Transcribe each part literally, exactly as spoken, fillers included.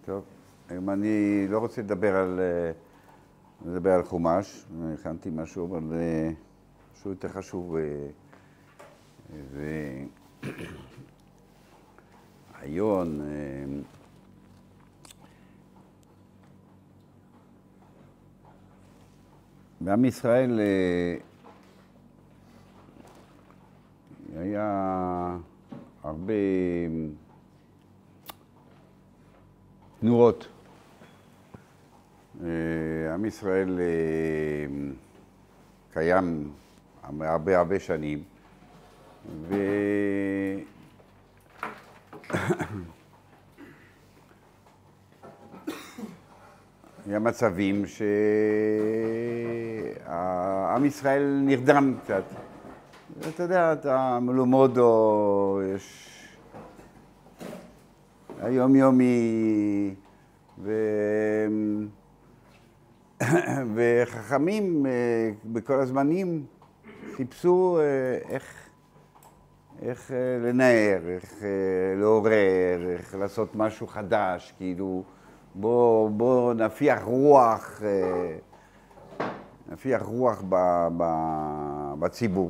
טוב, היום אני לא רוצה לדבר על, לדבר על חומש, הכנתי משהו, אבל משהו יותר חשוב. והיום, בעם ישראל היה הרבה תנועות. עם ישראל קיים הרבה הרבה שנים, ו... היה מצבים שעם ישראל נרדם קצת. אתה יודע, אתה מלומודו, יש היומיומי, ו... וחכמים בכל הזמנים חיפשו איך, איך לנער, איך לעורר, איך לעשות משהו חדש, כאילו בוא, בוא נפיח רוח, נפיח רוח ב, ב, בציבור.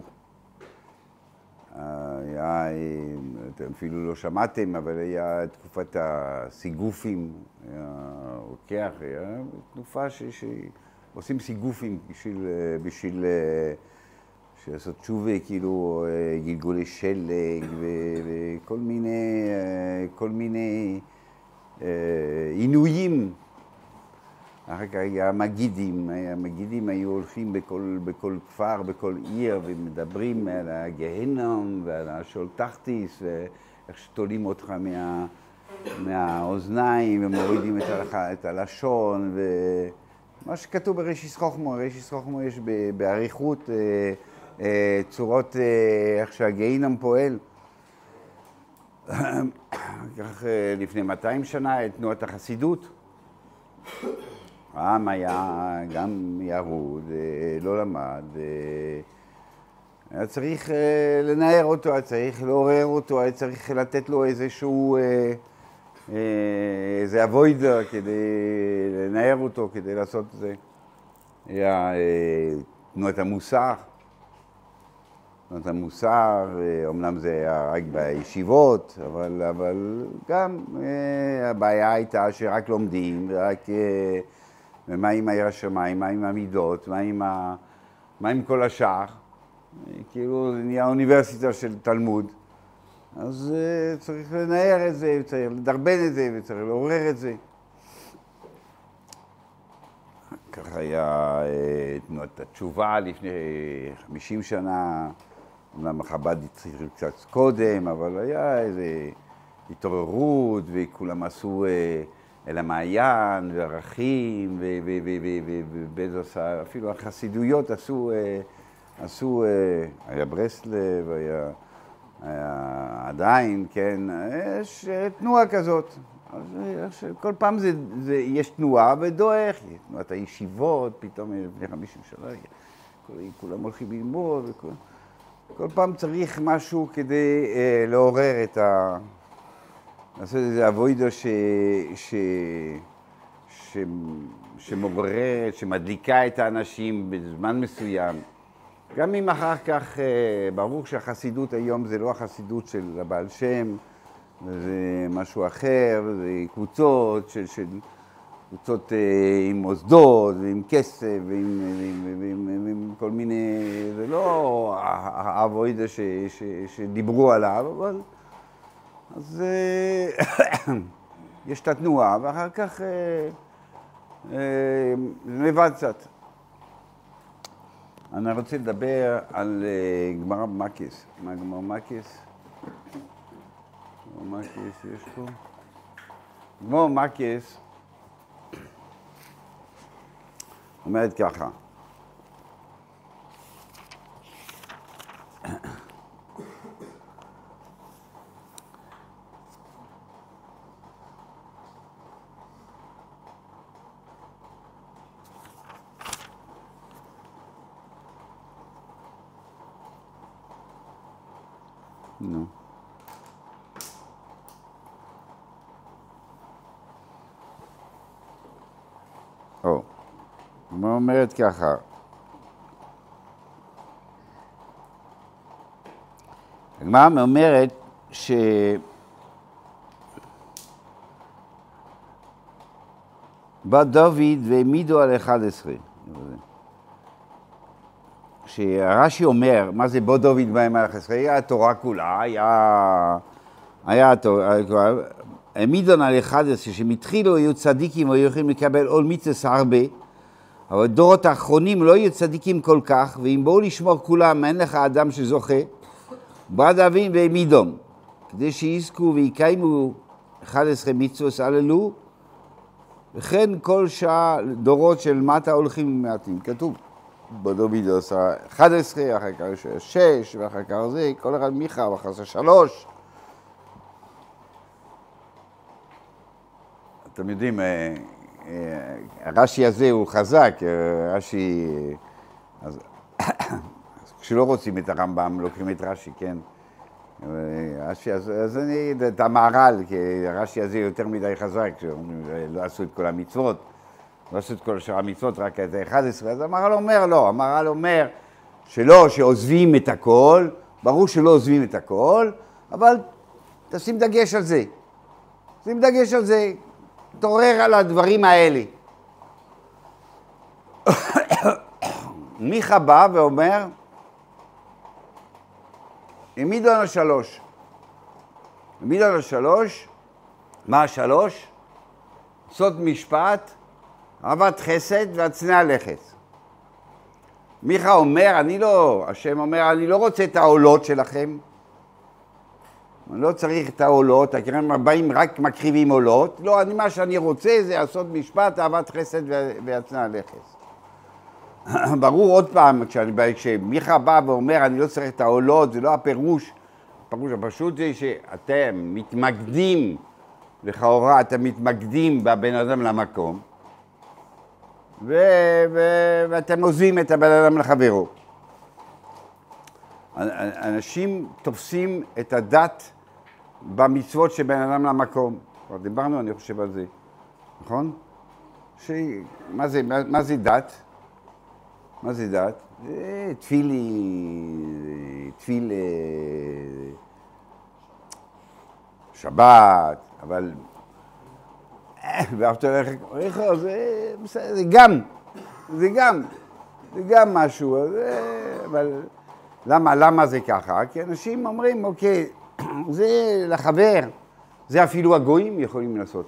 היה, אתם אפילו לא שמעתם, אבל היה תקופת הסיגופים, היה לוקח, היה תנופה ש, שעושים סיגופים בשביל, בשביל לעשות תשובה, כאילו גלגולי שלג וכל מיני, כל מיני עינויים. אחר כך היה מגידים, המגידים היו הולכים בכל, בכל כפר, בכל עיר, ומדברים על הגהנום ועל השולטחטיס, ואיך שתולים אותך מה, מהאוזניים, ומורידים את, הלח, את הלשון, ומה שכתוב בראשיס חוכמו, בראשיס חוכמו יש בעריכות צורות איך שהגהנום פועל. כך לפני מאתיים שנה, תנועת החסידות. העם היה גם ירוד, לא למד, היה צריך לנער אותו, היה צריך לעורר אותו, היה צריך לתת לו איזשהו, איזה אבוידר כדי לנער אותו, כדי לעשות את זה. היה תנועת המוסר, תנועת המוסר, אומנם זה היה רק בישיבות, אבל, אבל גם הבעיה הייתה שרק לומדים, ורק ומה עם העיר השמיים, מה עם המידות, מה עם, ה... מה עם כל השאר. כאילו זה נהיה אוניברסיטה של תלמוד. אז uh, צריך לנער את זה, צריך לדרבן את זה, וצריך לעורר את זה. ככה היה uh, תנועת התשובה לפני חמישים שנה, אומנם החב"ד התחיל קצת קודם, אבל היה איזה התעוררות, וכולם עשו uh, אל המעיין, וערכים, ואפילו החסידויות עשו, עשו, היה ברסלב, היה, היה עדיין, כן, יש תנועה כזאת. אז כל פעם זה, זה, יש תנועה ודועך, תנועת הישיבות, פתאום לפני חמישים שנה, כולם הולכים ללמוד, וכל, כל פעם צריך משהו כדי אה, לעורר את ה... לעשות איזה אבוידו ש... ש... ש... שמעוררת, שמדליקה את האנשים בזמן מסוים. גם אם אחר כך, ברור שהחסידות היום זה לא החסידות של הבעל שם, זה משהו אחר, זה קבוצות, של, של... קבוצות עם מוסדות, ועם כסף, ועם, ועם, ועם, ועם, ועם כל מיני... זה לא האבוידו ש... ש... שדיברו עליו, אבל... אז יש את התנועה, ואחר כך זה לבד קצת. אני רוצה לדבר על גמרא במקס. מה גמרא במקס? גמרא במקס יש פה? גמרא במקס אומרת ככה. נו. או, היא אומרת ככה. הגמרא אומרת ש... בא דוד והעמידו על אחד עשרה. כשרש"י אומר, מה זה בא דוד בהם על אחד עשרה? היה התורה כולה, היה... היה התורה, העמידו על אחד עשרה, שהם התחילו, היו צדיקים, היו יכולים לקבל עול מצווה הרבה, אבל דורות האחרונים לא היו צדיקים כל כך, ואם בואו לשמור כולם, אין לך אדם שזוכה, בא דוד והעמידום, כדי שיזכו ויקיימו אחד עשרה מצוות הללו, וכן כל שעה דורות של מטה הולכים מעטים. כתוב, בדוד עשה אחד עשרה, אחר כך שש, ואחר כך זה, כל אחד מיכה, ואחר כך שלוש. אתם יודעים, הרש"י הזה הוא חזק, רש"י... אז כשלא רוצים את הרמב"ם, לוקחים את רש"י, כן? רש"י, אז, אז אני, את המהר"ל, כי הרש"י הזה יותר מדי חזק, לא עשו את כל המצוות, לא עשו את כל שאר המצוות, רק את ה-אחד עשרה, אז המהר"ל אומר לא, המהר"ל אומר שלא, שעוזבים את הכל, ברור שלא עוזבים את הכל, אבל תשים דגש על זה, תשים דגש על זה, תעורר על הדברים האלה. מיכה בא ואומר, העמידו על השלוש. העמידו על השלוש, מה השלוש? סוד משפט, אהבת חסד והצנע לכת. מיכה אומר, אני לא, השם אומר, אני לא רוצה את העולות שלכם. אני לא צריך את העולות, הכירים הבאים רק מקריבים עולות. לא, אני, מה שאני רוצה זה הסוד משפט, אהבת חסד והצנע לכת. ברור עוד פעם, כשמיכה בא ואומר, אני לא צריך את העולות, זה לא הפירוש. הפירוש הפשוט זה שאתם מתמקדים, לכאורה אתם מתמקדים בבן אדם למקום, ו- ו- ואתם עוזבים את הבן אדם לחברו. אנשים תופסים את הדת במצוות של בן אדם למקום. כבר דיברנו, אני חושב על זה, נכון? ש... מה זה, מה, מה זה דת? מה זה דת? זה תפילי, תפיל שבת, אבל ואהבת לרעך, זה בסדר, זה גם, זה גם, זה גם משהו, אבל למה, למה זה ככה? כי אנשים אומרים, אוקיי, זה לחבר, זה אפילו הגויים יכולים לעשות.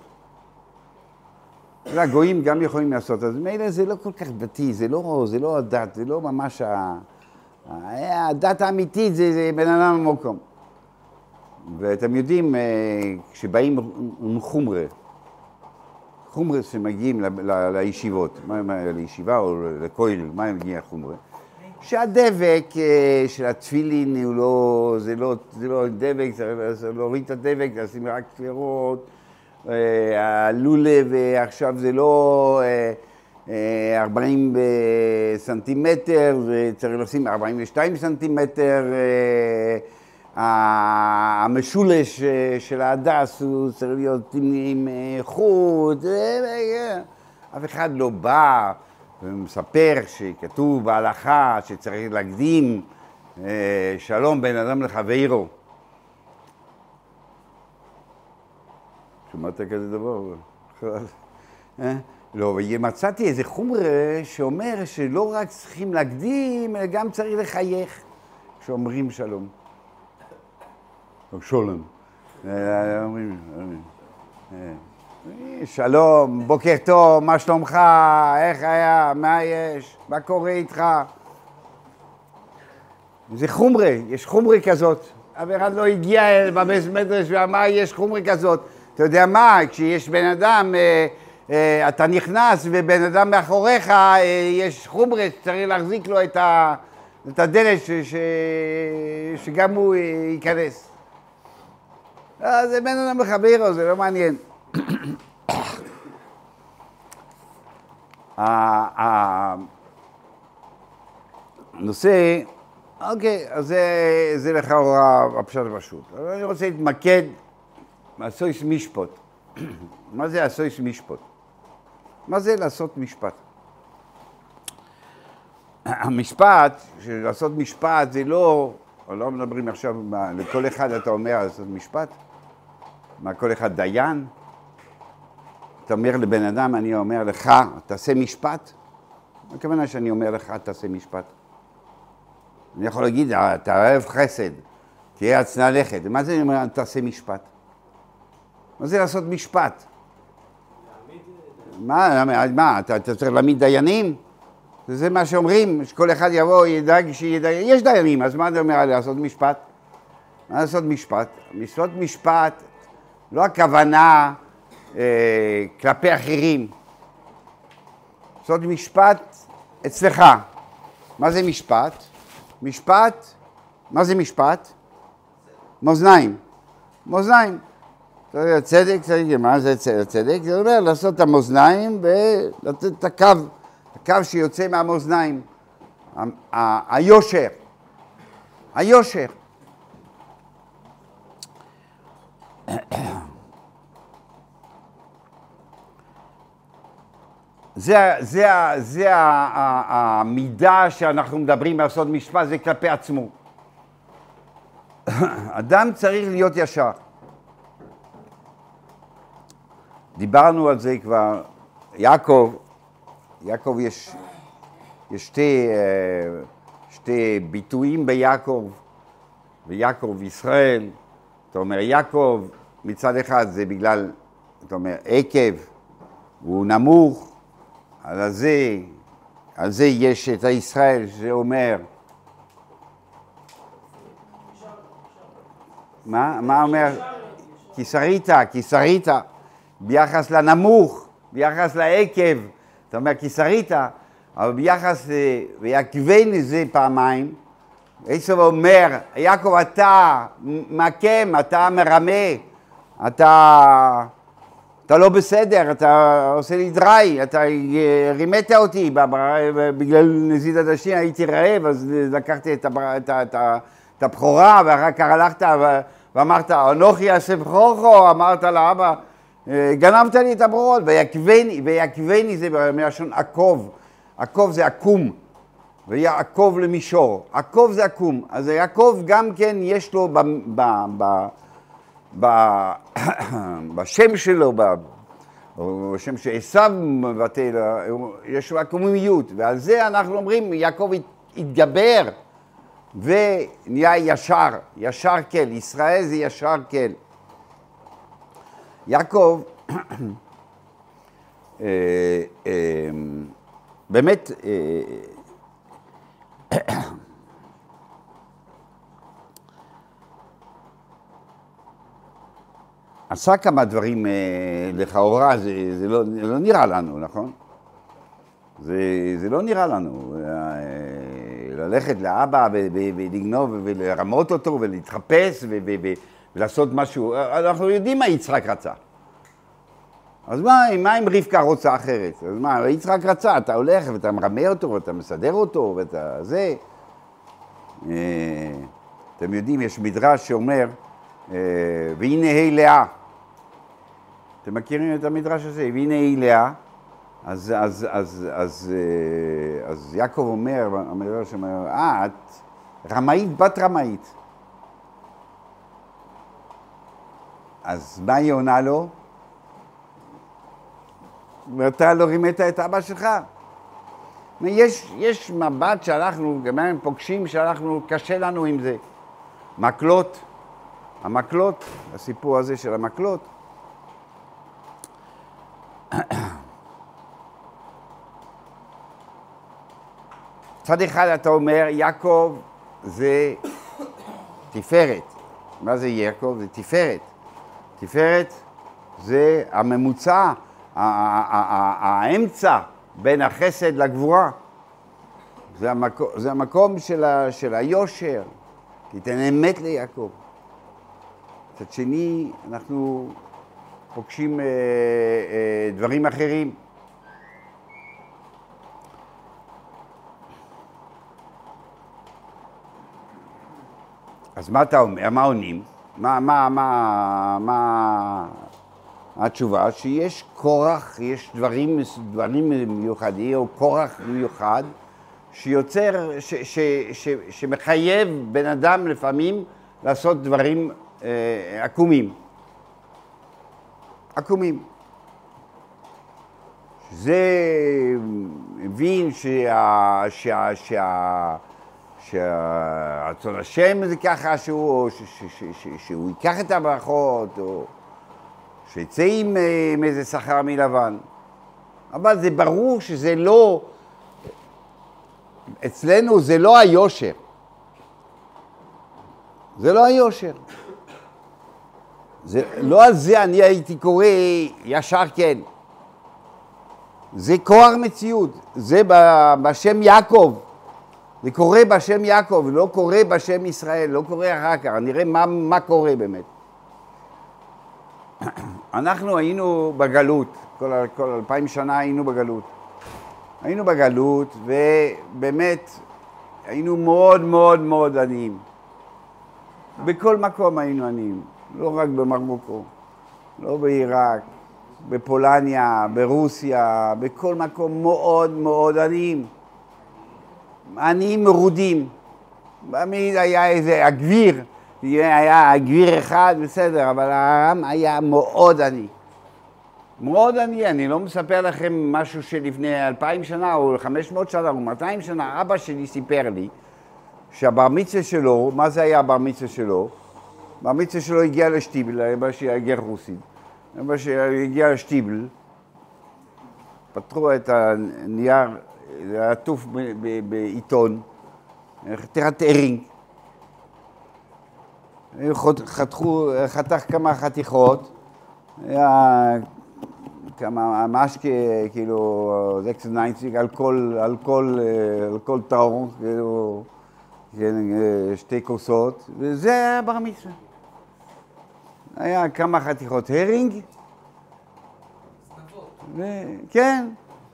הגויים גם יכולים לעשות, אז מילא זה לא כל כך דתי, זה לא, זה לא הדת, זה לא ממש ה... הדת האמיתית זה, זה בן אדם במקום. ואתם יודעים, כשבאים עם חומרה, חומרה שמגיעים ל, ל, לישיבות, מה, מה, לישיבה או לכולל, מה הם מגיעים לחומרה? שהדבק של התפילין הוא לא, זה לא, זה לא דבק, זה להוריד את הדבק, לשים רק תפירות, הלולב עכשיו זה לא ארבעים סנטימטר, זה צריך לשים ארבעים ושתיים סנטימטר, המשולש של ההדס הוא צריך להיות עם חוט, אף אחד לא בא ומספר שכתוב בהלכה שצריך להקדים שלום בין אדם לחברו. שמעת כזה דבר? לא, ומצאתי איזה חומר שאומר שלא רק צריכים להקדים, אלא גם צריך לחייך כשאומרים שלום. שלום. שלום, בוקר טוב, מה שלומך, איך היה, מה יש, מה קורה איתך? זה חומרה, יש חומרה כזאת. אף אחד לא הגיע בבית מדרש ואמר, יש חומרה כזאת. אתה יודע מה, כשיש בן אדם, אתה נכנס ובן אדם מאחוריך, יש חומרה שצריך להחזיק לו את הדלת שגם הוא ייכנס. זה בן אדם לחברו, זה לא מעניין. הנושא, אוקיי, אז זה לכאורה הפשט הפשוט. אבל אני רוצה להתמקד בסויס משפוט. מה זה הסויס משפוט? מה זה לעשות משפט? המשפט, לעשות משפט זה לא, לא מדברים עכשיו, מה, לכל אחד אתה אומר לעשות משפט? מה, כל אחד דיין? אתה אומר לבן אדם, אני אומר לך, תעשה משפט? מה הכוונה שאני אומר לך, תעשה משפט? אני יכול להגיד, אתה אוהב חסד, תהיה הצנע לכת. מה זה אומר, תעשה משפט? מה זה לעשות משפט? מה, מה, אתה צריך להעמיד דיינים? זה מה שאומרים, שכל אחד יבוא, ידאג שיהיה דיין. יש דיינים, אז מה אתה אומר לעשות משפט? מה לעשות משפט? לעשות משפט, לא הכוונה אה, כלפי אחרים. לעשות משפט אצלך. מה זה משפט? משפט, מה זה משפט? מאזניים. מאזניים. צדק, צדק, מה זה צדק? זה אומר לעשות את המאזניים ולתת את הקו, הקו שיוצא מהמאזניים. היושר. היושר. זה, זה, זה המידה שאנחנו מדברים לעשות משפט, זה כלפי עצמו. אדם צריך להיות ישר. דיברנו על זה כבר, יעקב, יעקב יש, יש שתי, שתי ביטויים ביעקב, ויעקב ישראל. אתה אומר, יעקב מצד אחד זה בגלל, אתה אומר, עקב, הוא נמוך, על זה, על זה יש את הישראל שאומר, מה? מה אומר? כי שרית, כי שרית, ביחס לנמוך, ביחס לעקב, אתה אומר כי שרית, אבל ביחס, ויקבני זה פעמיים, עשו אומר, יעקב אתה מקם, אתה מרמה, אתה, אתה לא בסדר, אתה עושה לי דרי, אתה רימת אותי, בגלל נזיד עדשים הייתי רעב, אז לקחתי את, את, את, את הבכורה, ואחר כך הלכת ואמרת, אנוכי אעשה בכורכו, אמרת לאבא, גנבת לי את הברורות, ויקבני, ויקבני זה מלשון עקוב, עקוב זה עקום, ויעקב למישור, עקוב זה עקום, אז יעקב גם כן יש לו ב, ב, ב, ב, בשם שלו, ב, בשם שעשיו מבטא, יש לו עקומיות, ועל זה אנחנו אומרים, יעקב התגבר, ונהיה ישר, ישר כל, ישראל זה ישר כל. יעקב, באמת, עשה כמה דברים לכאורה, זה, זה לא, לא נראה לנו, נכון? זה, זה לא נראה לנו. ללכת לאבא ולגנוב ולרמות אותו ולהתחפש ולעשות משהו. אנחנו יודעים מה יצחק רצה. אז מה, מה אם רבקה רוצה אחרת? אז מה, יצחק רצה, אתה הולך ואתה מרמה אותו ואתה מסדר אותו ואתה זה. אתם יודעים, יש מדרש שאומר, והנה היא לאה. אתם מכירים את המדרש הזה? והנה היא לאה. אז, אז, אז, אז, אז יעקב אומר, המדרש אומר, אה, את רמאית, בת רמאית. אז מה היא עונה לו? ואתה לא רימת את אבא שלך. יש, יש מבט שאנחנו גם פוגשים שאנחנו, קשה לנו עם זה. מקלות, המקלות, הסיפור הזה של המקלות. צד אחד אתה אומר, יעקב זה תפארת. מה זה יעקב? זה תפארת. תפארת זה הממוצע, האמצע בין החסד לגבורה. זה המקום, זה המקום של, ה, של היושר. תיתן אמת ליעקב. מצד שני, אנחנו פוגשים אה, אה, דברים אחרים. אז מה אתה אומר? מה עונים? מה, מה, מה, מה, התשובה שיש כורח, יש דברים, דברים מיוחדים, או כורח מיוחד, שיוצר, ש, ש, ש, שמחייב בן אדם לפעמים לעשות דברים אה, עקומים. עקומים. זה מבין שה... שה... שה... שהרצון השם זה ככה שהוא, ש, ש, ש, ש, שהוא ייקח את הברכות, או שיצא עם, עם איזה שכר מלבן. אבל זה ברור שזה לא, אצלנו זה לא היושר. זה לא היושר. זה, לא על זה אני הייתי קורא ישר כן. זה כוח מציאות, זה בשם יעקב. זה קורה בשם יעקב, לא קורה בשם ישראל, לא קורה אחר כך. נראה מה, מה קורה באמת. אנחנו היינו בגלות, כל, כל אלפיים שנה היינו בגלות. היינו בגלות, ובאמת היינו מאוד מאוד מאוד עניים. בכל מקום היינו עניים, לא רק במרוקו, לא בעיראק, בפולניה, ברוסיה, בכל מקום מאוד מאוד עניים. עניים מרודים. תמיד היה איזה הגביר, היה הגביר אחד, בסדר, אבל העם היה מאוד עני. מאוד עני, אני לא מספר לכם משהו שלפני אלפיים שנה, או חמש מאות שנה, או מאתיים שנה, אבא שלי סיפר לי, שהבר מצווה שלו, מה זה היה הבר מצווה שלו? בר מצווה שלו הגיע לשטיבל, אבא שלי היה רוסי. אבא שלי הגיע לשטיבל, פתחו את הנייר, זה היה עטוף בעיתון, חתיכת הרינג. חתכו, חתך כמה חתיכות, היה כמה, ממש כאילו, זקס ניינציג על כל, על כל, על כל טאון, כאילו, שתי כוסות, וזה היה בר מצווה. היה כמה חתיכות הרינג. כן.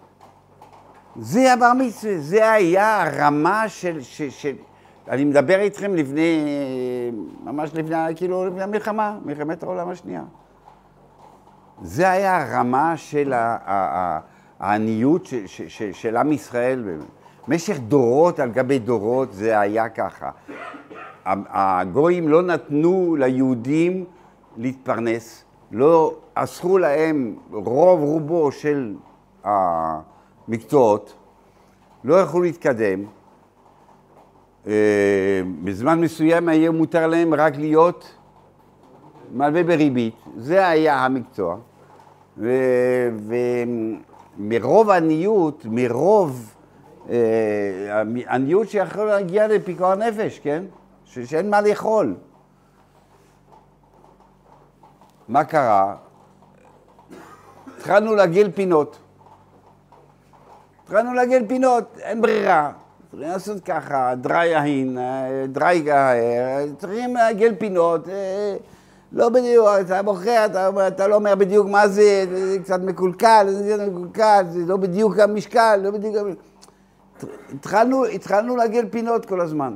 זה הבר מצווה, זה היה הרמה של, של, של, אני מדבר איתכם לפני, ממש לפני, כאילו, לפני המלחמה, מלחמת העולם השנייה. זה היה הרמה של העניות של, של, של, של עם ישראל. במשך דורות על גבי דורות זה היה ככה. הגויים לא נתנו ליהודים להתפרנס, לא אסרו להם רוב רובו של המקצועות, לא יכלו להתקדם. בזמן מסוים היה מותר להם רק להיות מלווה בריבית, זה היה המקצוע. ומרוב עניות, מרוב עניות שיכול להגיע לפיקוח נפש, כן? שאין מה לאכול. מה קרה? התחלנו להגיל פינות. התחלנו להגיל פינות, אין ברירה. צריכים לעשות ככה, דרי יהין, דרי גהר, צריכים להגיל פינות. לא בדיוק, אתה בוחר, אתה, אתה לא אומר בדיוק מה זה, זה קצת מקולקל, זה מקולקל, זה לא בדיוק המשקל, לא בדיוק... התחלנו, התחלנו להגיל פינות כל הזמן.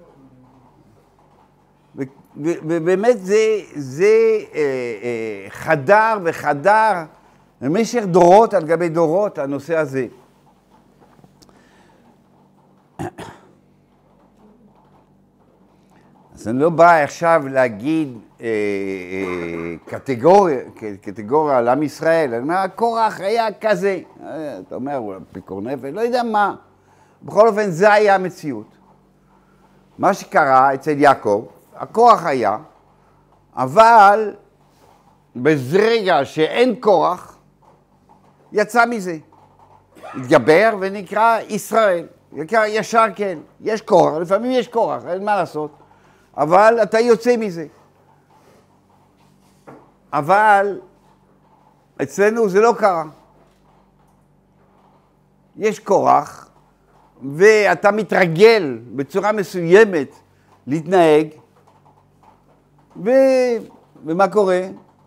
ובאמת זה, זה אה, אה, חדר וחדר במשך דורות על גבי דורות הנושא הזה. אז אני לא בא עכשיו להגיד אה, אה, קטגוריה, קטגוריה על עם ישראל. אני אומר, הקורח היה כזה. אה, אתה אומר, פיקור נפש, לא יודע מה. בכל אופן, זה היה המציאות. מה שקרה אצל יעקב, הכוח היה, אבל ברגע שאין כוח, יצא מזה. התגבר ונקרא ישראל. יקר ישר כן, יש כוח, לפעמים יש כוח, אין מה לעשות. אבל אתה יוצא מזה. אבל אצלנו זה לא קרה. יש כוח, ואתה מתרגל בצורה מסוימת להתנהג, ו... ומה קורה?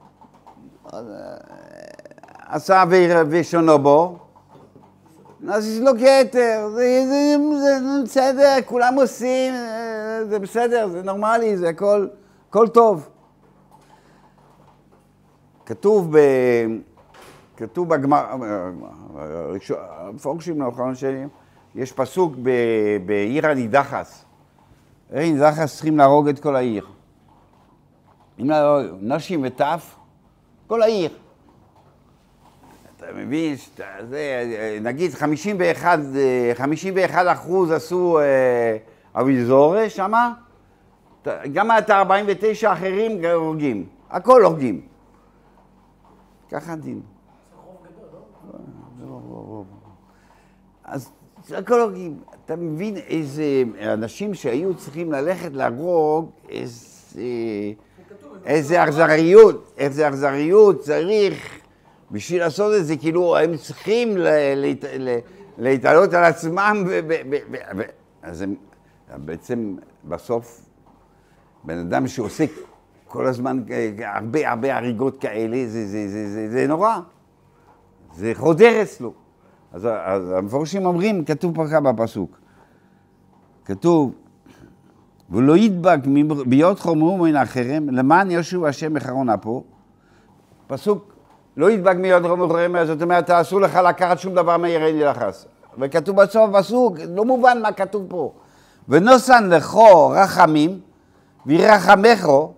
עשה ושונו בו, אז יש לו כתר, זה, זה, זה, זה בסדר, כולם עושים, זה בסדר, זה נורמלי, זה הכל, הכל טוב. כתוב ב... כתוב בגמר... המפורשים לאחרון שלי, יש פסוק ב... בעיר הנידחס. עיר הנידחס צריכים להרוג את כל העיר. אם לא, נשים וטף, כל העיר. אתה מבין, שאתה, זה, נגיד חמישים ואחד, חמישים ואחד אחוז עשו אביזורה שמה, גם את ארבעים ותשע אחרים הורגים, הכל הורגים. ככה דין. זה רוב גדול, לא? אז הכל הורגים. אתה מבין איזה אנשים שהיו צריכים ללכת להרוג, איזה, איזה אכזריות, איזה אכזריות צריך בשביל לעשות את זה, כאילו הם צריכים להתעלות על עצמם, אז הם בעצם בסוף בן אדם שעושה כל הזמן הרבה הרבה הריגות כאלה, זה, זה, זה, זה, זה נורא, זה חודר אצלו. אז, אז המפורשים אומרים, כתוב פה ככה בפסוק, כתוב, ולא ידבק ביות חומרו מן החרם, למען ישוב השם מחרון אפו, פסוק, לא ידבק מיות חומרו, זאת אומרת, אסור לך לקחת שום דבר מהעיר הנידחס. וכתוב בסוף פסוק, לא מובן מה כתוב פה, ונוסן לכו רחמים, וירחמךו,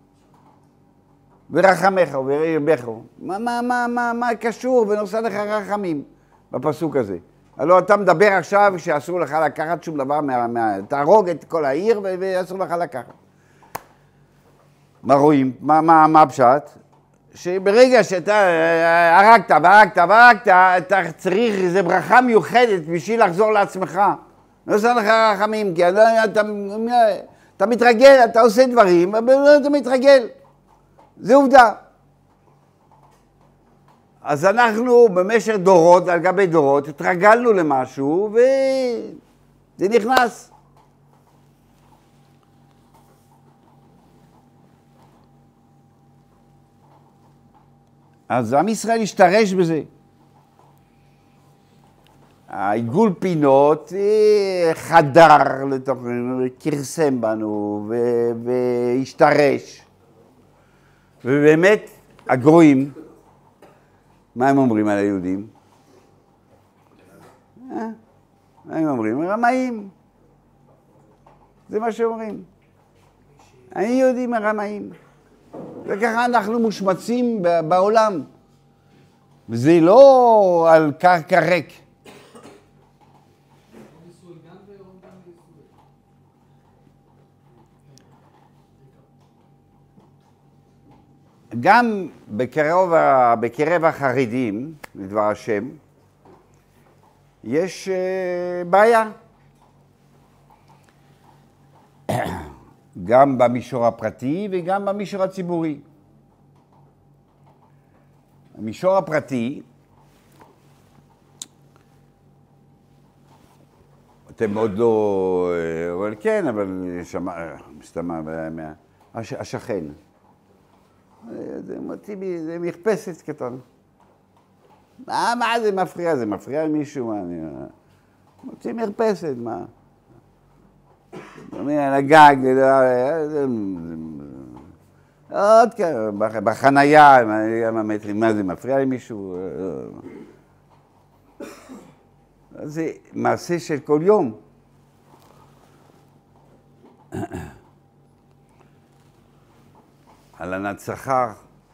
וירחמךו, וירבךו. מה, מה, מה, מה, מה קשור ונוסן לך רחמים בפסוק הזה? הלוא אתה מדבר עכשיו שאסור לך לקחת שום דבר, מה, מה, תהרוג את כל העיר ואסור לך לקחת. מה רואים? מה, מה, מה הפשט? שברגע שאתה הרגת והרגת והרגת, אתה צריך איזו ברכה מיוחדת בשביל לחזור לעצמך. נוסן לך רחמים, כי אתה, אתה, אתה מתרגל, אתה עושה דברים, אבל אתה מתרגל. זה עובדה. אז אנחנו במשך דורות, על גבי דורות, התרגלנו למשהו וזה נכנס. אז עם ישראל השתרש בזה. העיגול פינות חדר לתוכנו, כרסם בנו והשתרש. ובאמת הגרועים, מה הם אומרים על היהודים? מה הם אומרים? רמאים. זה מה שאומרים. היהודים הרמאים. וככה אנחנו מושמצים בעולם. וזה לא על קרקע ריק. גם בקרב, בקרב החרדים, לדבר השם, יש בעיה. גם במישור הפרטי וגם במישור הציבורי. במישור הפרטי, אתם עוד לא, אבל כן, אבל שמע, מסתמה, השכן. זה מוציא בי, זה מכפסת קטן. מה, מה זה מפריע? זה מפריע למישהו? מה, אני... מוציא מכפסת, מה? על הגג, עוד ככה, בחנייה, כמה מטרים, מה זה מפריע למישהו? זה מעשה של כל יום. הלנת שכר.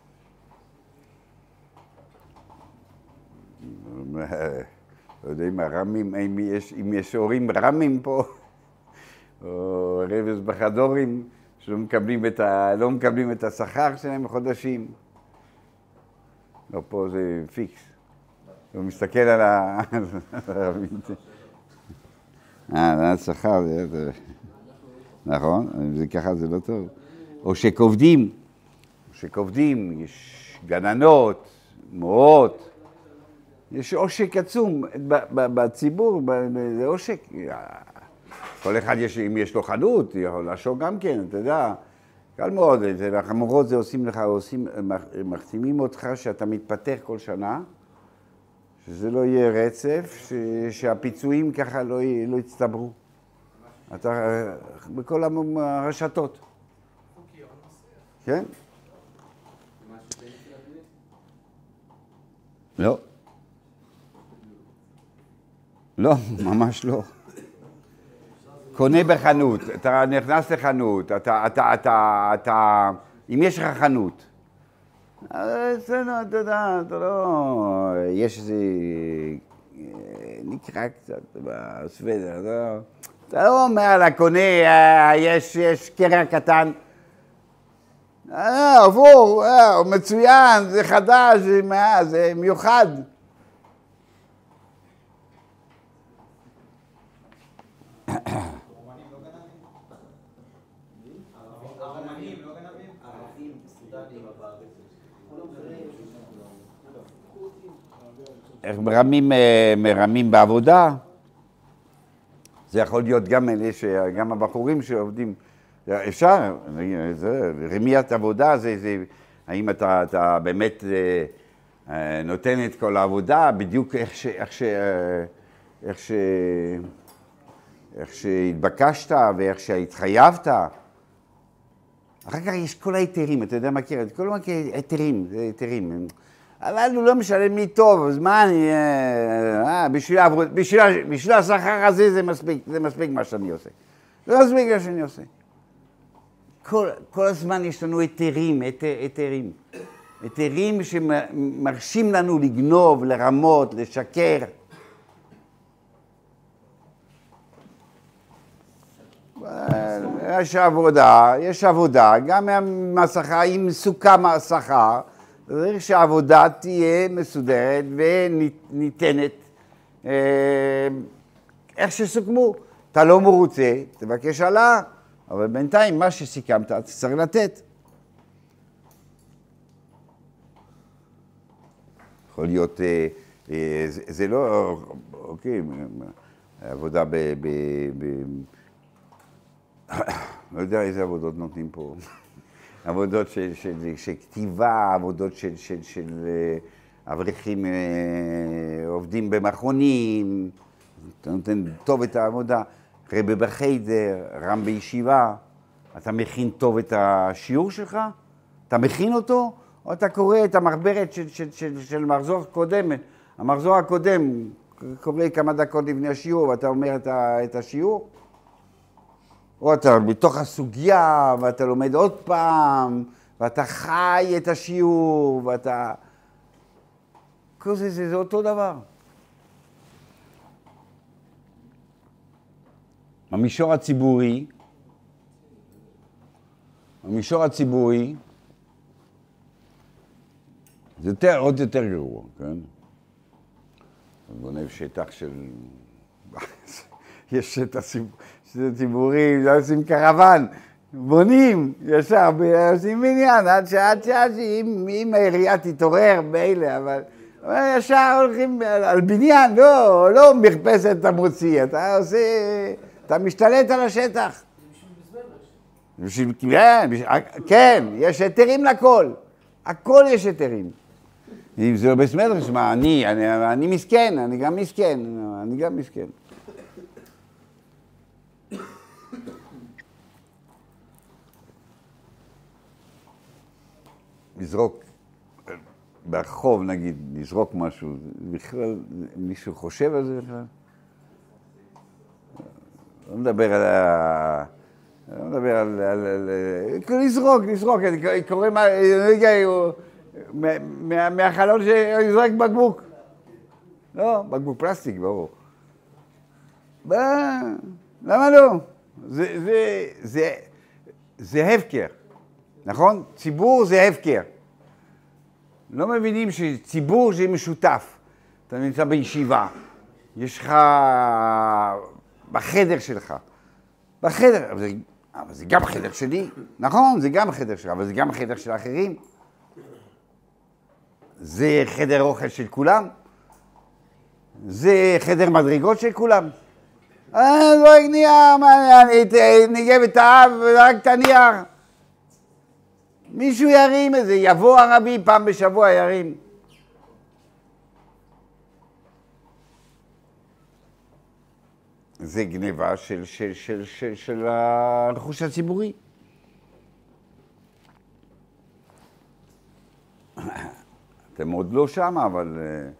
לא יודע אם הרמים, אם יש, אם יש הורים רמים פה, או רבס בחדורים, שלא מקבלים את, ה, לא מקבלים את השכר שלהם בחודשים. לא, פה זה פיקס. הוא מסתכל על הרמים. אה, הלנת שכר, זה... נכון? זה ככה, זה לא טוב. או שכובדים. שכובדים, יש גננות, מורות, יש עושק עצום בציבור, זה עושק. כל אחד, יש, אם יש לו חנות, יכול לעשוק גם כן, אתה יודע, קל מאוד, החמורות זה עושים לך, עושים, מחתימים אותך שאתה מתפתח כל שנה, שזה לא יהיה רצף, ש, שהפיצויים ככה לא, לא יצטברו. אתה, בכל הרשתות. כן? לא. לא, ממש לא. קונה בחנות, אתה נכנס לחנות, אתה, אתה, אתה, אתה, אם יש לך חנות, אצלנו, אתה יודע, אתה לא, יש איזה, נקרא קצת בסוודר, אתה, אתה לא אומר לקונה, יש, יש קרע קטן, אה, עבור, אה, מצוין, זה חדש, זה, מה, זה מיוחד. איך מרמים, מרמים בעבודה? זה יכול להיות גם אלה, גם הבחורים שעובדים. אפשר, זה, רמיית עבודה, זה, זה, האם אתה, אתה באמת נותן את כל העבודה, בדיוק איך ש... איך ש... איך ש... איך שהתבקשת ואיך שהתחייבת. אחר כך יש כל היתרים, אתה יודע מה מכיר? כל מה היתרים, זה היתרים. אבל הוא לא משלם לי טוב, אז מה אני... אה, בשביל, בשביל, בשביל השכר הזה זה מספיק, זה מספיק מה שאני עושה. זה מספיק מה שאני עושה. כל, כל הזמן יש לנו היתרים, היתרים. היתרים שמרשים לנו לגנוב, לרמות, לשקר. יש עבודה, יש עבודה, גם מהשכר, אם סוכם השכר, צריך שהעבודה תהיה מסודרת וניתנת איך שסוכמו. אתה לא מרוצה, תבקש עלה, אבל בינתיים מה שסיכמת, אתה צריך לתת. יכול להיות, זה לא, אוקיי, עבודה ב... לא יודע איזה עבודות נותנים פה. עבודות של, של, של כתיבה, עבודות של, של, של אברכים עובדים במכונים, אתה נותן טוב את העבודה, רבי בחיידר, רם בישיבה, אתה מכין טוב את השיעור שלך? אתה מכין אותו? או אתה קורא את המחברת של, של, של, של מחזור קודם, המחזור הקודם, קורא כמה דקות לפני השיעור ואתה אומר את, ה, את השיעור? או אתה בתוך הסוגיה, ואתה לומד עוד פעם, ואתה חי את השיעור, ואתה... כל זה, זה, זה אותו דבר. המישור הציבורי, המישור הציבורי, זה יותר, עוד יותר גרוע, כן? גונב שטח של... יש שטח ציבורי, לא עושים קרוון, בונים, ישר, עושים בניין, עד שעד שעד אם העירייה תתעורר באלה, אבל ישר הולכים על בניין, לא, לא מרפסת אתה מוציא, אתה עושה, אתה משתלט על השטח. כן, יש היתרים לכל, הכל יש היתרים. אם זה לא בסמדרש, מה, אני, אני מסכן, אני גם מסכן, אני גם מסכן. לזרוק ברחוב, נגיד, לזרוק משהו, בכלל, מישהו חושב על זה בכלל? לא מדבר על ה... לא מדבר על... על, על... לזרוק, לזרוק, אני קורא מה... מה, מהחלון שיזרק בקבוק. לא, בקבוק פלסטיק, ברור. למה לא? זה, זה, זה, זה הפקר, נכון? ציבור זה הפקר. לא מבינים שציבור זה משותף. אתה נמצא בישיבה, יש לך בחדר שלך. בחדר, אבל זה, אבל זה גם חדר שלי, נכון? זה גם חדר שלך, אבל זה גם חדר של האחרים. זה חדר אוכל של כולם. זה חדר מדרגות של כולם. אה, זורק נייר, אני ניגב את האב ורק את הנייר. מישהו ירים את זה, יבוא הרבי פעם בשבוע ירים. זה גניבה של, של, של, של, של הרכוש הציבורי. אתם עוד עוד לא שם, אבל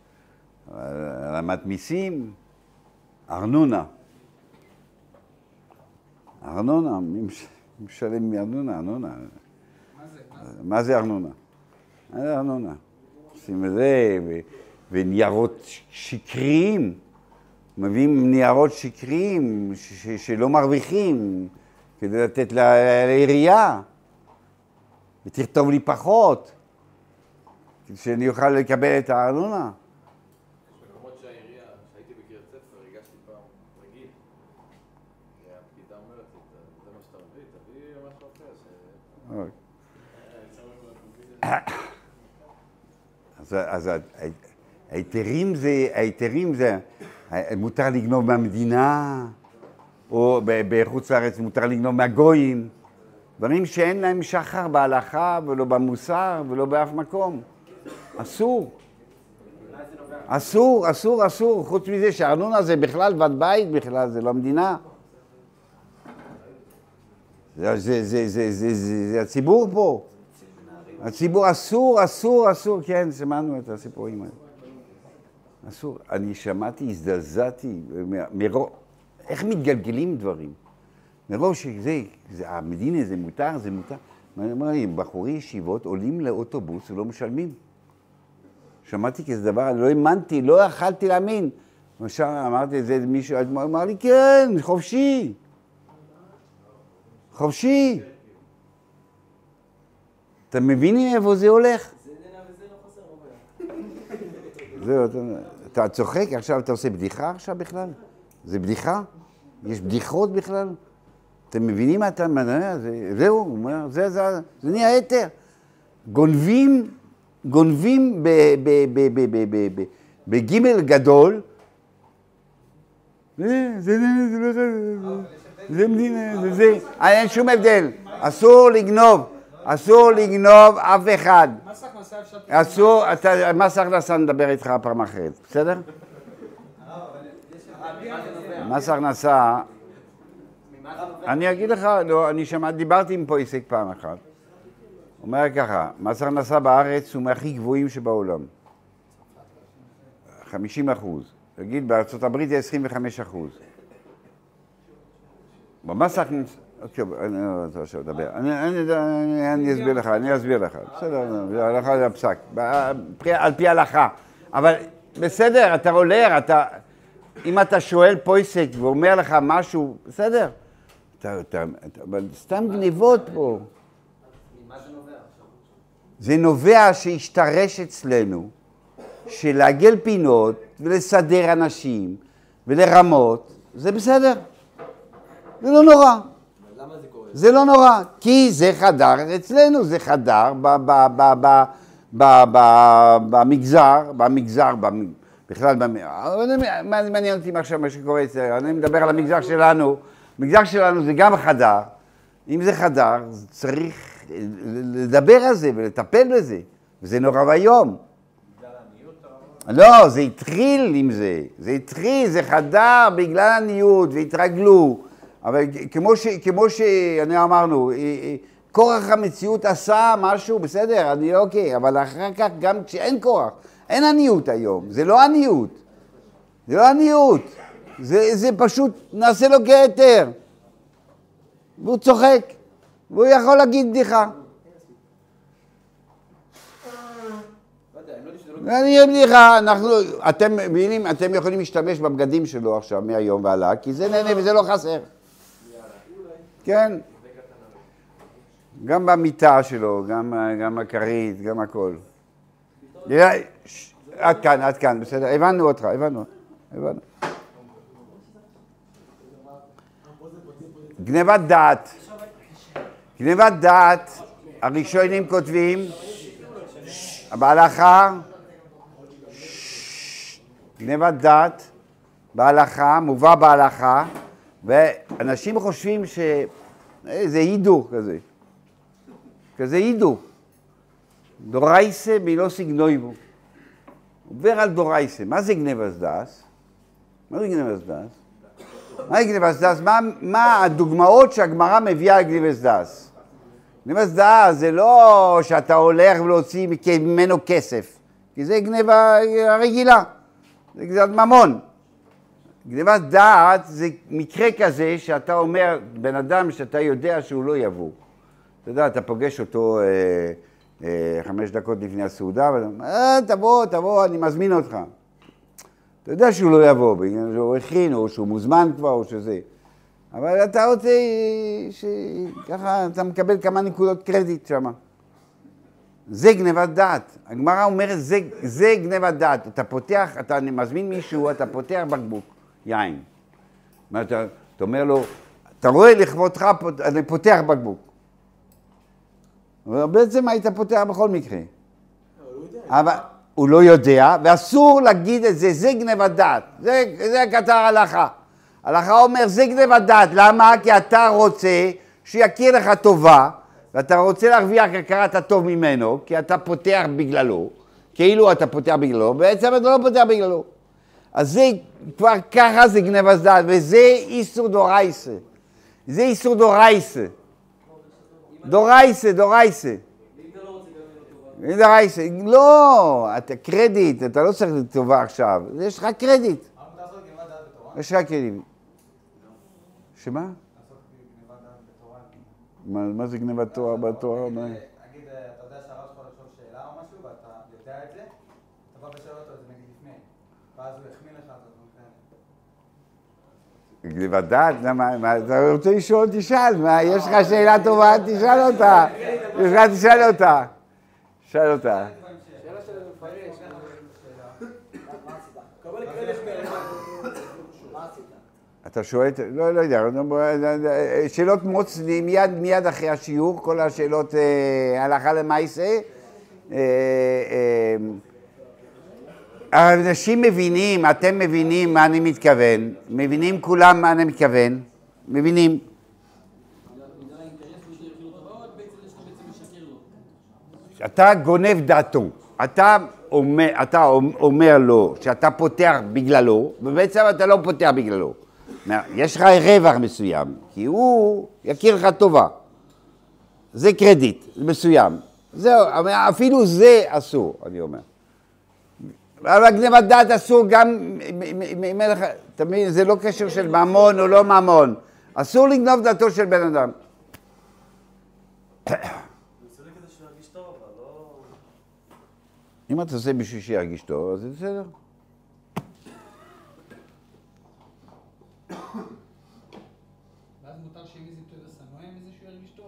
רמת מיסים, ארנונה. ארנונה, מי משלם מארנונה? ארנונה. מה זה ארנונה? מה זה ארנונה? עושים את זה, וניירות שקריים, מביאים ניירות שקריים שלא מרוויחים, כדי לתת לעירייה, ותכתוב לי פחות, כדי שאני אוכל לקבל את הארנונה. יש מקומות שהעירייה, שהייתי בקריית ספר, הגשתי פעם רגיל, והפקידה אומרת, זה מה שאתה מביא, תביא משהו אחר. אז ההיתרים זה, ההיתרים זה, מותר לגנוב מהמדינה, או בחוץ לארץ מותר לגנוב מהגויים, דברים שאין להם שחר בהלכה ולא במוסר ולא באף מקום. אסור. אסור, אסור, אסור. חוץ מזה שהארנונה זה בכלל ועד בית בכלל, זה לא המדינה. זה, זה, זה, זה, זה, זה, זה הציבור פה. הציבור אסור, אסור, אסור. כן, שמענו את הסיפורים האלה. אסור. אני שמעתי, הזדעזעתי, מרוב, איך מתגלגלים דברים? מרוב שזה, זה, המדינה זה מותר, זה מותר. אני אומר לי, בחורי ישיבות עולים לאוטובוס ולא משלמים. שמעתי כזה דבר, אני לא האמנתי, לא יכלתי להאמין. למשל, אמרתי את זה מישהו, אמר לי, כן, חופשי. חופשי. אתה מבינים איפה זה הולך? זה נהנה וזה לא חסר, זהו, אתה צוחק, עכשיו אתה עושה בדיחה עכשיו בכלל? זה בדיחה? יש בדיחות בכלל? אתם מבינים מה אתה מנהל? זהו, זה, זה, זה נהיה היתר. גונבים, גונבים בגימל גדול. זה, זה, זה מדינה, זה, זה, אין שום הבדל. אסור לגנוב, אסור לגנוב אף אחד. אסור, מס הכנסה נדבר איתך פעם אחרת, בסדר? מס הכנסה, אני אגיד לך, לא, אני שמע, דיברתי עם פה עסק פעם אחת. הוא אומר ככה, מס הכנסה בארץ הוא מהכי גבוהים שבעולם. חמישים אחוז. תגיד, בארצות הברית זה עשרים וחמישה אחוז. במס הכנסה, אוקיי, אני לא רוצה עכשיו לדבר. אני אסביר לך, אני אסביר לך. בסדר, הלכה זה הפסק. על פי הלכה. אבל בסדר, אתה עולר, אתה... אם אתה שואל פה עסק ואומר לך משהו, בסדר. אתה, אתה, אתה, אבל סתם גניבות פה. ממה זה נובע? זה נובע שהשתרש אצלנו, שלעגל פינות ולסדר אנשים ולרמות, זה בסדר. זה לא נורא. למה זה קורה? זה לא נורא, כי זה חדר אצלנו, זה חדר ב, ב, ב, ב, ב, ב, במגזר, במגזר, בכלל, מה זה מעניין אותי עכשיו מה שקורה אצלנו, אני מדבר על המגזר שלנו, המגזר שלנו זה גם חדר, אם זה חדר, צריך לדבר על זה ולטפל בזה, וזה נורא ויום. לא, זה התחיל עם זה, זה התחיל, זה חדר בגלל עניות והתרגלו, אבל כמו, ש, כמו שאני אמרנו, כורח המציאות עשה משהו, בסדר, אני אוקיי, אבל אחר כך גם כשאין כורח, אין עניות היום, זה לא עניות, זה לא עניות, זה, זה פשוט נעשה לו כהיתר, והוא צוחק, והוא יכול להגיד בדיחה. אני אהיה בדיחה, אנחנו, אתם מבינים, אתם יכולים להשתמש בבגדים שלו עכשיו מהיום והלאה, כי זה נהנה וזה לא חסר. כן, גם במיטה שלו, גם, גם הכרית, גם הכל. עד כאן, עד כאן, בסדר, הבנו אותך, הבנו, הבנו. גנבת דעת, גנבת דעת, הראשונים כותבים, בהלכה, גנבת דעת, בהלכה, מובא בהלכה, ואנשים חושבים שזה הידור כזה, כזה הידור. דורייסה בלא סגנויבו. עובר על דורייסה. מה זה גנבת דעת? מה זה גנבת דעת? מה זה גנבת דעת? מה, מה הדוגמאות שהגמרא מביאה על גנבת דעת? גנבת דעת זה לא שאתה הולך ולהוציא ממנו כסף. כי זה גניבה רגילה, זה גזלת ממון. גניבת דעת זה מקרה כזה שאתה אומר, בן אדם שאתה יודע שהוא לא יבוא. אתה יודע, אתה פוגש אותו אה, אה, חמש דקות לפני הסעודה, ואתה אומר, אה, תבוא, תבוא, אני מזמין אותך. אתה יודע שהוא לא יבוא, בגלל שהוא הכין, או שהוא מוזמן כבר, או שזה. אבל אתה רוצה שככה אתה מקבל כמה נקודות קרדיט שם. זה גניבת דעת. הגמרא אומרת, זה, זה גניבת דעת. אתה פותח, אתה מזמין מישהו, אתה פותח בקבוק יין. אתה, אתה אומר לו, אתה רואה לכבודך, אני פותח בקבוק. בעצם היית פותח בכל מקרה. אבל הוא לא יודע, ואסור להגיד את זה, זה גניבת דעת. זה, זה כתר הלכה. הלכה אומר, זה גניבת דעת. למה? כי אתה רוצה שיכיר לך טובה, ואתה רוצה להרוויח הכרת הטוב ממנו, כי אתה פותח בגללו, כאילו אתה פותח בגללו, בעצם אתה לא פותח בגללו. אז זה כבר ככה זה גניבת דעת, וזה איסור דורייסה. זה איסור דורייסה. דורייסה, דורייסה. דורייסה. לא, אתה קרדיט, אתה לא צריך טובה עכשיו, יש לך קרדיט. יש לך קרדיט. שמה? מה זה גניבת תורה בתורה? נגיד, אתה יודע שהרב יכול לשאול שאלה או משהו, ואתה יודע את זה, אתה בא ושואל אותו את זה נגיד לפני, ואז הוא יחמיא לך, אז הוא נותן. גניבת דעת? למה? אתה רוצה לשאול? תשאל. מה, יש לך שאלה טובה? תשאל אותה. יש לך, תשאל אותה. תשאל אותה. שאלה של מפרש. קבל אתה שואל, לא, לא יודע, שאלות מוצאים מיד, מיד אחרי השיעור, כל השאלות אה, הלכה למעשה. אה, אה, אנשים מבינים, אתם מבינים מה אני מתכוון, מבינים כולם מה אני מתכוון, מבינים. אתה גונב דעתו, אתה אומר, אתה אומר לו שאתה פותח בגללו, ובעצם אתה לא פותח בגללו. יש לך רווח מסוים, כי הוא יכיר לך טובה. זה קרדיט, זה מסוים. זהו, אפילו זה אסור, אני אומר. אבל גניבת דעת אסור גם, תמיד, זה לא קשר של ממון או לא ממון. אסור לגנוב דעתו של בן אדם. אם אתה עושה בשביל שירגיש טוב, אז זה בסדר. ואז מותר שיהיה איזה טוב וסנועה עם איזה שהוא ירגיש טוב?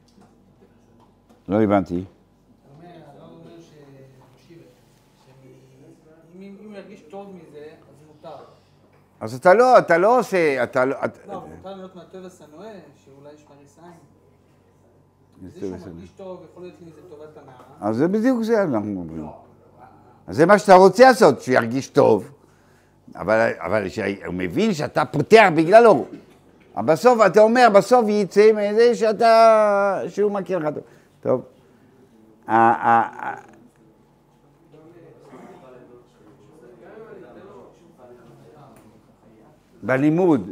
לא הבנתי. אתה אומר, הרב אומר ששירה, שאם הוא ירגיש טוב מזה, אז מותר. אז אתה לא, אתה לא עושה, אתה לא... לא, מותר להיות מהטוב וסנועה, שאולי יש מריסיים. זה שהוא מרגיש טוב, יכול להיות לי איזה טובת הנאה. אז זה בדיוק זה, אנחנו אומרים. אז זה מה שאתה רוצה לעשות, שירגיש טוב. אבל, אבל הוא מבין שאתה פותח בגללו. אבל בסוף, אתה אומר, בסוף יצא מזה שאתה, שהוא מכיר לך טוב. טוב. בלימוד.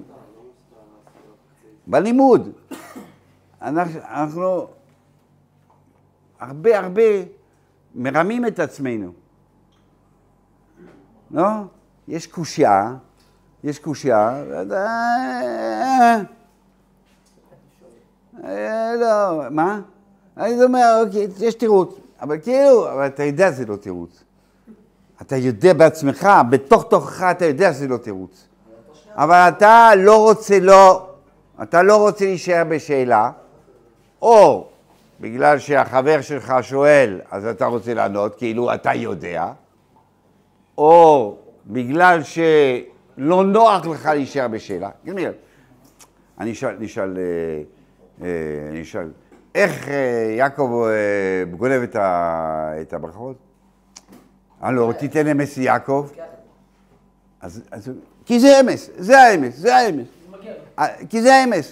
בלימוד. אנחנו, אנחנו הרבה הרבה מרמים את עצמנו. לא? יש קושיה, יש קושיה, לא, מה? אני אומר, אוקיי, יש תירוץ, אבל כאילו, אבל אתה יודע שזה לא תירוץ. אתה יודע בעצמך, בתוך תוכך אתה יודע שזה לא תירוץ. אבל אתה לא רוצה, לא, אתה לא רוצה להישאר בשאלה, או בגלל שהחבר שלך שואל, אז אתה רוצה לענות, כאילו אתה יודע, או בגלל שלא נוח לך להישאר בשאלה. אני אשאל, אני אשאל, אני אשאל, איך יעקב גונב את הברכות? הלו, תיתן אמס ליעקב. אז, אז, כי זה אמס, זה האמס, זה האמס. כי זה האמס.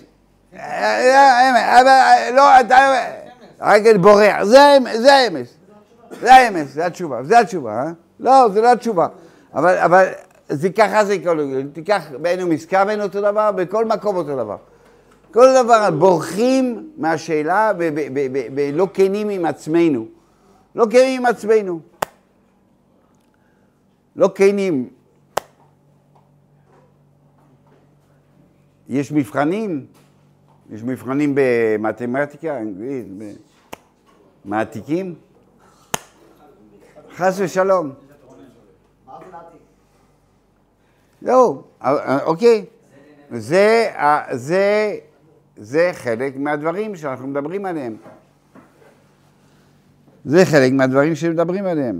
לא, אתה... רגל בורח, זה האמס, זה האמס. זה האמס, זה התשובה, זה התשובה, אה? לא, זה לא התשובה. אבל, אבל זה ככה זה כל... תיקח בעינו מסכה בין אותו דבר, בכל מקום אותו דבר. כל דבר, בורחים מהשאלה ולא כנים עם עצמנו. לא כנים עם עצמנו. לא כנים. יש מבחנים, יש מבחנים במתמטיקה, אנגלית, מעתיקים. חס ושלום. לא, אוקיי. זה, זה, זה חלק מהדברים שאנחנו מדברים עליהם. זה חלק מהדברים שמדברים עליהם.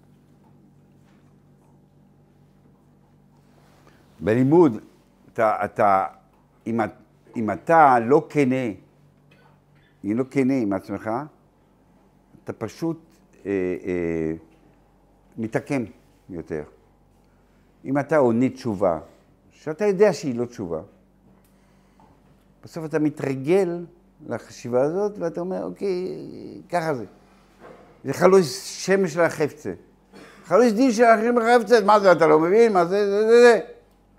בלימוד, אתה, אתה, אם, אם אתה לא כנה, אם לא כנה עם עצמך, אתה פשוט אה, אה, מתעקם יותר. אם אתה עונה תשובה, שאתה יודע שהיא לא תשובה, בסוף אתה מתרגל לחשיבה הזאת, ואתה אומר, אוקיי, ככה זה. זה חלוש שמש של החפצה. חלוש דין של החפצה, מה זה, אתה לא מבין? מה זה, זה, זה, זה.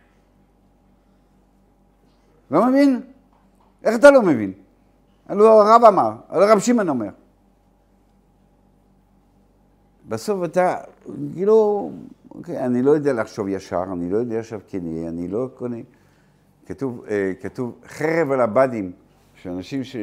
לא מבין? איך אתה לא מבין? הלוא הרב אמר, הלוא הרב שמעון אומר. בסוף אתה, כאילו, אוקיי, אני לא יודע לחשוב ישר, אני לא יודע עכשיו כנה, אני לא קונה. כתוב, כתוב חרב על הבדים, שאנשים ש...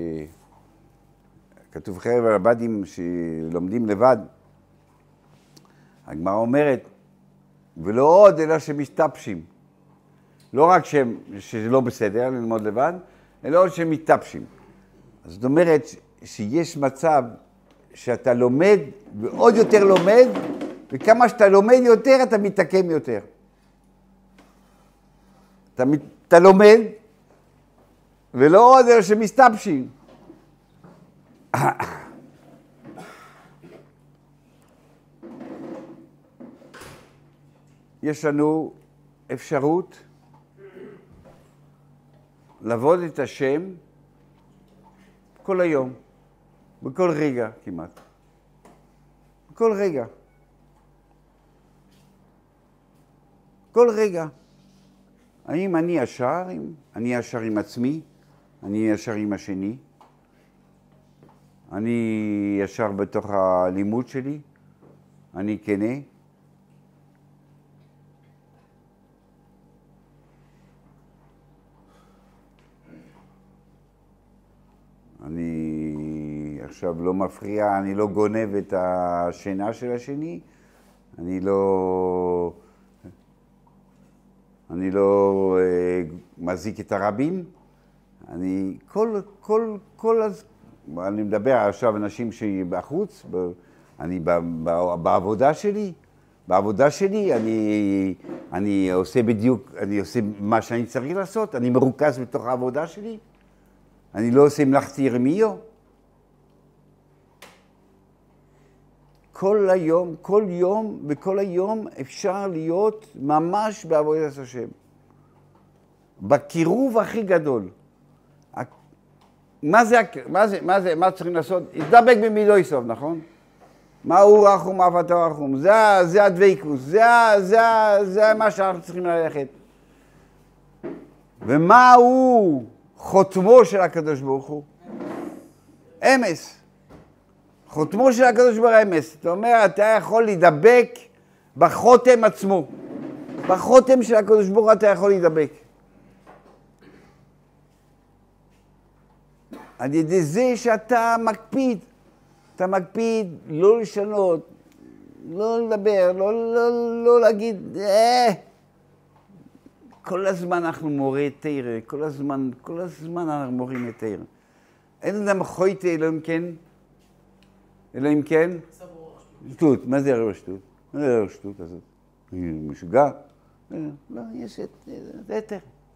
כתוב חרב על הבדים שלומדים לבד. הגמרא אומרת, ולא עוד אלא שמסתפשים. לא רק שהם, שזה לא בסדר ללמוד לבד, אלא עוד שהם מסתפשים. אז זאת אומרת שיש מצב שאתה לומד ועוד יותר לומד, וכמה שאתה לומד יותר אתה מתעקם יותר. אתה, אתה לומד, ולא עוד אלא שמסתפשים. יש לנו אפשרות לעבוד את השם כל היום, בכל רגע כמעט. בכל רגע. כל רגע. האם אני ישר, אני ישר עם עצמי, אני ישר עם השני, אני ישר בתוך הלימוד שלי, אני כנה. אני עכשיו לא מפריע, אני לא גונב את השינה של השני, אני לא, אני לא אה, מזיק את הרבים, אני כל, כל, כל, אני מדבר עכשיו אנשים שבחוץ, אני בעבודה שלי, בעבודה שלי אני, אני עושה בדיוק, אני עושה מה שאני צריך לעשות, אני מרוכז בתוך העבודה שלי, אני לא עושה מלאכתי ירמיהו. כל היום, כל יום וכל היום אפשר להיות ממש בעבודת השם. בקירוב הכי גדול. מה זה, מה זה, מה זה, מה צריכים לעשות? יתדבק במידו יסוף, נכון? מה הוא רחום, אף אתה רחום. זה, זה הדבקות, זה, זה, זה מה שאנחנו צריכים ללכת. ומה הוא חותמו של הקדוש ברוך הוא? אמס. חותמו של הקדוש ברוך הוא אמס. זאת אומרת, אתה יכול להידבק בחותם עצמו. בחותם של הקדוש ברוך הוא אתה יכול להידבק. על ידי זה שאתה מקפיד, אתה מקפיד לא לשנות, לא לדבר, לא, לא, לא להגיד, אה, כל הזמן אנחנו מורי תירה, כל הזמן, כל הזמן אנחנו מורים את תירה. אין אדם חויטה אלא אם כן, אלא אם כן, שטות, מה זה הרי שטות? מה זה הרי שטות הזאת? משוגע? לא, יש את, זה יותר.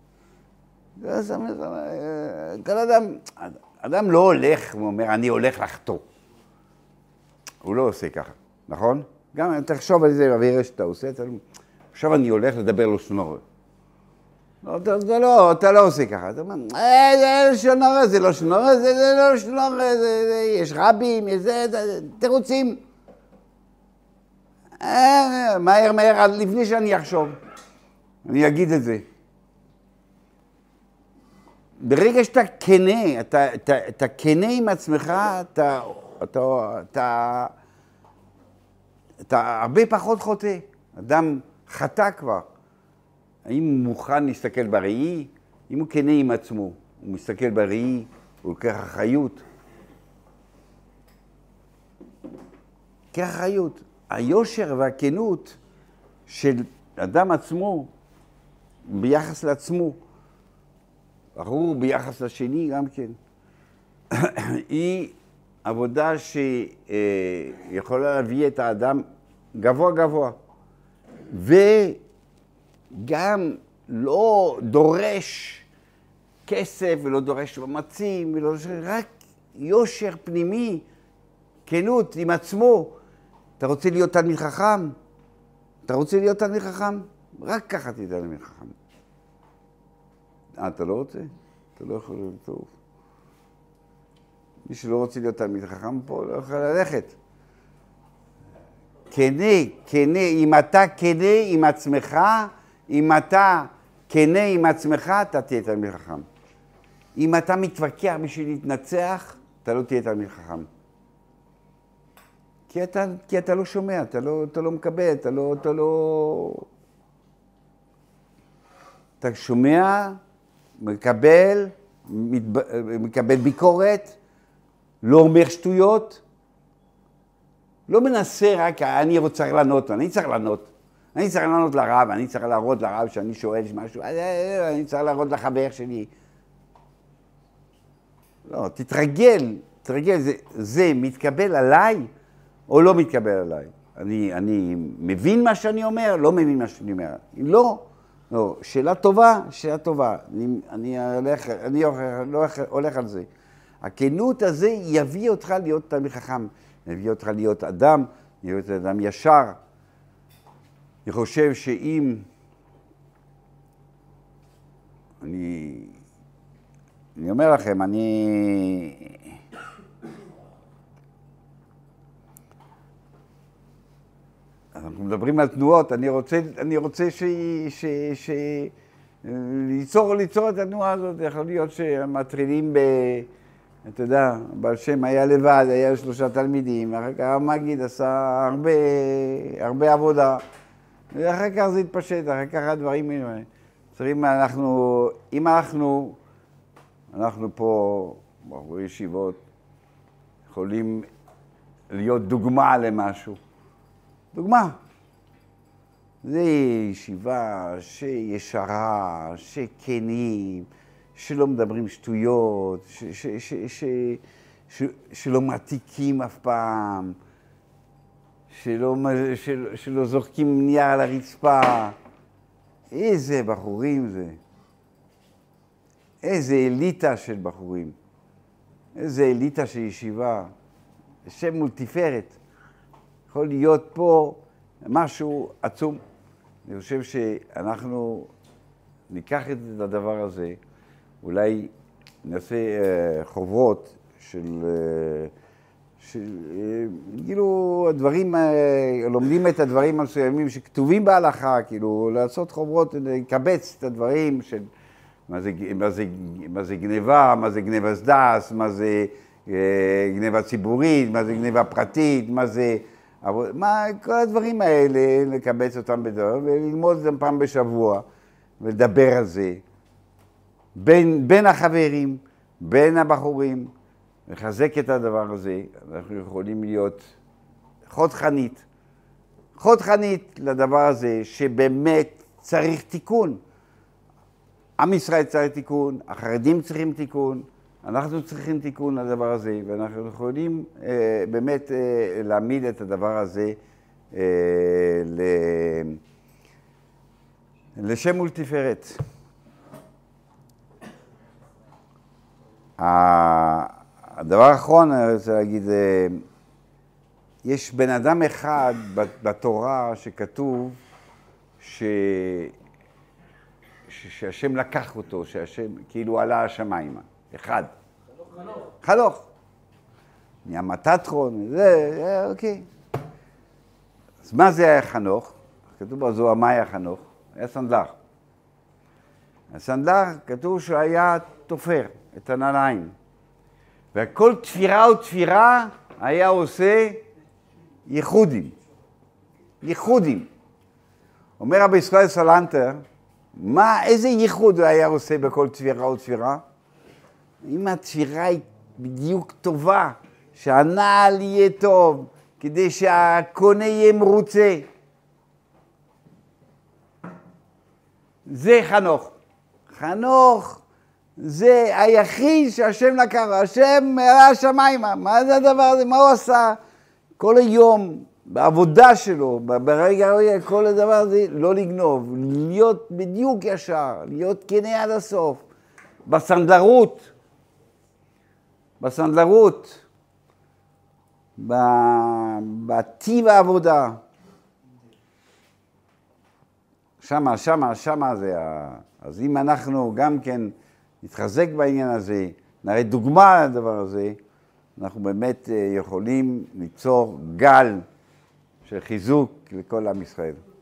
כל אדם, אדם לא הולך, הוא אומר, אני הולך לחטוא. הוא לא עושה ככה, נכון? גם תחשוב על זה, ואירה שאתה עושה, עכשיו אני הולך לדבר לו שנורא. זה לא, אתה לא עושה ככה, אתה אומר, זה שנורא, זה לא שנורא, זה לא שנורא, יש רבים, יש זה, תירוצים. מהר מהר, לפני שאני אחשוב, אני אגיד את זה. ברגע שאתה כנה, אתה, אתה, אתה כנה עם עצמך, אתה, אתה, אתה, אתה הרבה פחות חוטא, אדם חטא כבר. האם הוא מוכן להסתכל בראי? אם הוא כנה עם עצמו, הוא מסתכל בראי, הוא לוקח אחריות. לוקח אחריות. היושר והכנות של אדם עצמו, ביחס לעצמו, ברור ביחס לשני גם כן, היא עבודה שיכולה להביא את האדם גבוה גבוה, וגם לא דורש כסף ולא דורש מאמצים, ולא דורש, רק יושר פנימי, כנות עם עצמו. אתה רוצה להיות תלמיד חכם? אתה רוצה להיות תלמיד חכם? רק ככה תהיה תלמיד חכם. אה, אתה לא רוצה? אתה לא יכול להיות טוב. מי שלא רוצה להיות תלמיד חכם פה לא יכול ללכת. כנה, כנה, אם אתה כנה עם עצמך, אם אתה כנה עם עצמך, אתה תהיה תלמיד חכם. אם אתה מתווכח בשביל להתנצח, אתה לא תהיה תלמיד חכם. כי אתה, כי אתה לא שומע, אתה לא, אתה לא מקבל, אתה לא, אתה לא... אתה שומע, מקבל, מתב... מקבל ביקורת, לא אומר שטויות, לא מנסה רק, אני רוצה לענות, אני צריך לענות. אני צריך לענות לרב, אני צריך להראות לרב שאני שואל משהו, אני צריך להראות לחבר שלי. לא, תתרגל, תתרגל, זה, זה מתקבל עליי או לא מתקבל עליי. אני, אני מבין מה שאני אומר, לא מבין מה שאני אומר. לא, לא, שאלה טובה, שאלה טובה. אני, אני, הולך, אני הולך, הולך על זה. הכנות הזה יביא אותך להיות תלמיד חכם, יביא אותך להיות אדם, יביא אותך אדם ישר. אני חושב שאם אני, אני אומר לכם, אני, אנחנו מדברים על תנועות, אני רוצה, אני רוצה ש, ש, ש, ליצור, ליצור את התנועה הזאת. יכול להיות שמטרידים ב, אתה יודע, בעל שם היה לבד, היה שלושה תלמידים, ואחר כך המגיד עשה הרבה, הרבה עבודה, ואחר כך זה התפשט, אחר כך הדברים האלה. צריכים, אנחנו, אם אנחנו, אנחנו פה, בחורי ישיבות, יכולים להיות דוגמה למשהו. דוגמה. זה ישיבה שישרה, שכנים, שלא מדברים שטויות, ש, ש, ש, ש, ש, שלא מעתיקים אף פעם, שלא, של, שלא זורקים נייר על הרצפה. איזה בחורים זה. איזה אליטה של בחורים. איזה אליטה של ישיבה. שם מול תפארת. יכול להיות פה משהו עצום. אני חושב שאנחנו ניקח את הדבר הזה, אולי נעשה uh, חוברות של, uh, של uh, כאילו הדברים, uh, לומדים את הדברים המסוימים שכתובים בהלכה, כאילו לעשות חוברות, לקבץ את הדברים של מה זה, מה זה, מה זה גניבה, מה זה גניבה סדס, מה זה uh, גניבה ציבורית, מה זה גניבה פרטית, מה זה... אבל מה, כל הדברים האלה, לקבץ אותם בדבר, וללמוד אותם פעם בשבוע, ולדבר על זה, בין, בין החברים, בין הבחורים, לחזק את הדבר הזה. אנחנו יכולים להיות חוד חנית, חוד חנית לדבר הזה, שבאמת צריך תיקון. עם ישראל צריך תיקון, החרדים צריכים תיקון, אנחנו צריכים תיקון לדבר הזה, ואנחנו יכולים אה, באמת אה, להעמיד את הדבר הזה אה, ל... לשם ולתפארת. הדבר האחרון, אני רוצה להגיד, אה, יש בן אדם אחד בתורה שכתוב ש... ש... שהשם לקח אותו, שהשם כאילו עלה השמיימה. אחד. חנוך. חנוך. נהיה מתתחון, זה, אוקיי. אז מה זה היה חנוך? כתוב בזוהר מה היה חנוך? היה סנדלר. הסנדלר כתוב שהוא היה תופר את הנעליים. וכל תפירה ותפירה היה עושה ייחודים. ייחודים. אומר רבי ישראל סלנטר, מה, איזה ייחוד הוא היה עושה בכל תפירה או תפירה? אם התפירה היא בדיוק טובה, שהנעל יהיה טוב, כדי שהקונה יהיה מרוצה. זה חנוך. חנוך זה היחיד שהשם לקח, השם הראה השמיימה. מה זה הדבר הזה? מה הוא עשה? כל היום, בעבודה שלו, ברגע הרגע, כל הדבר הזה, לא לגנוב, להיות בדיוק ישר, להיות כנה עד הסוף. בסנדלרות, בסנדלרות, בטיב העבודה. שמה, שמה, שמה זה ה... אז אם אנחנו גם כן נתחזק בעניין הזה, נראה דוגמה לדבר הזה, אנחנו באמת יכולים ליצור גל של חיזוק לכל עם ישראל.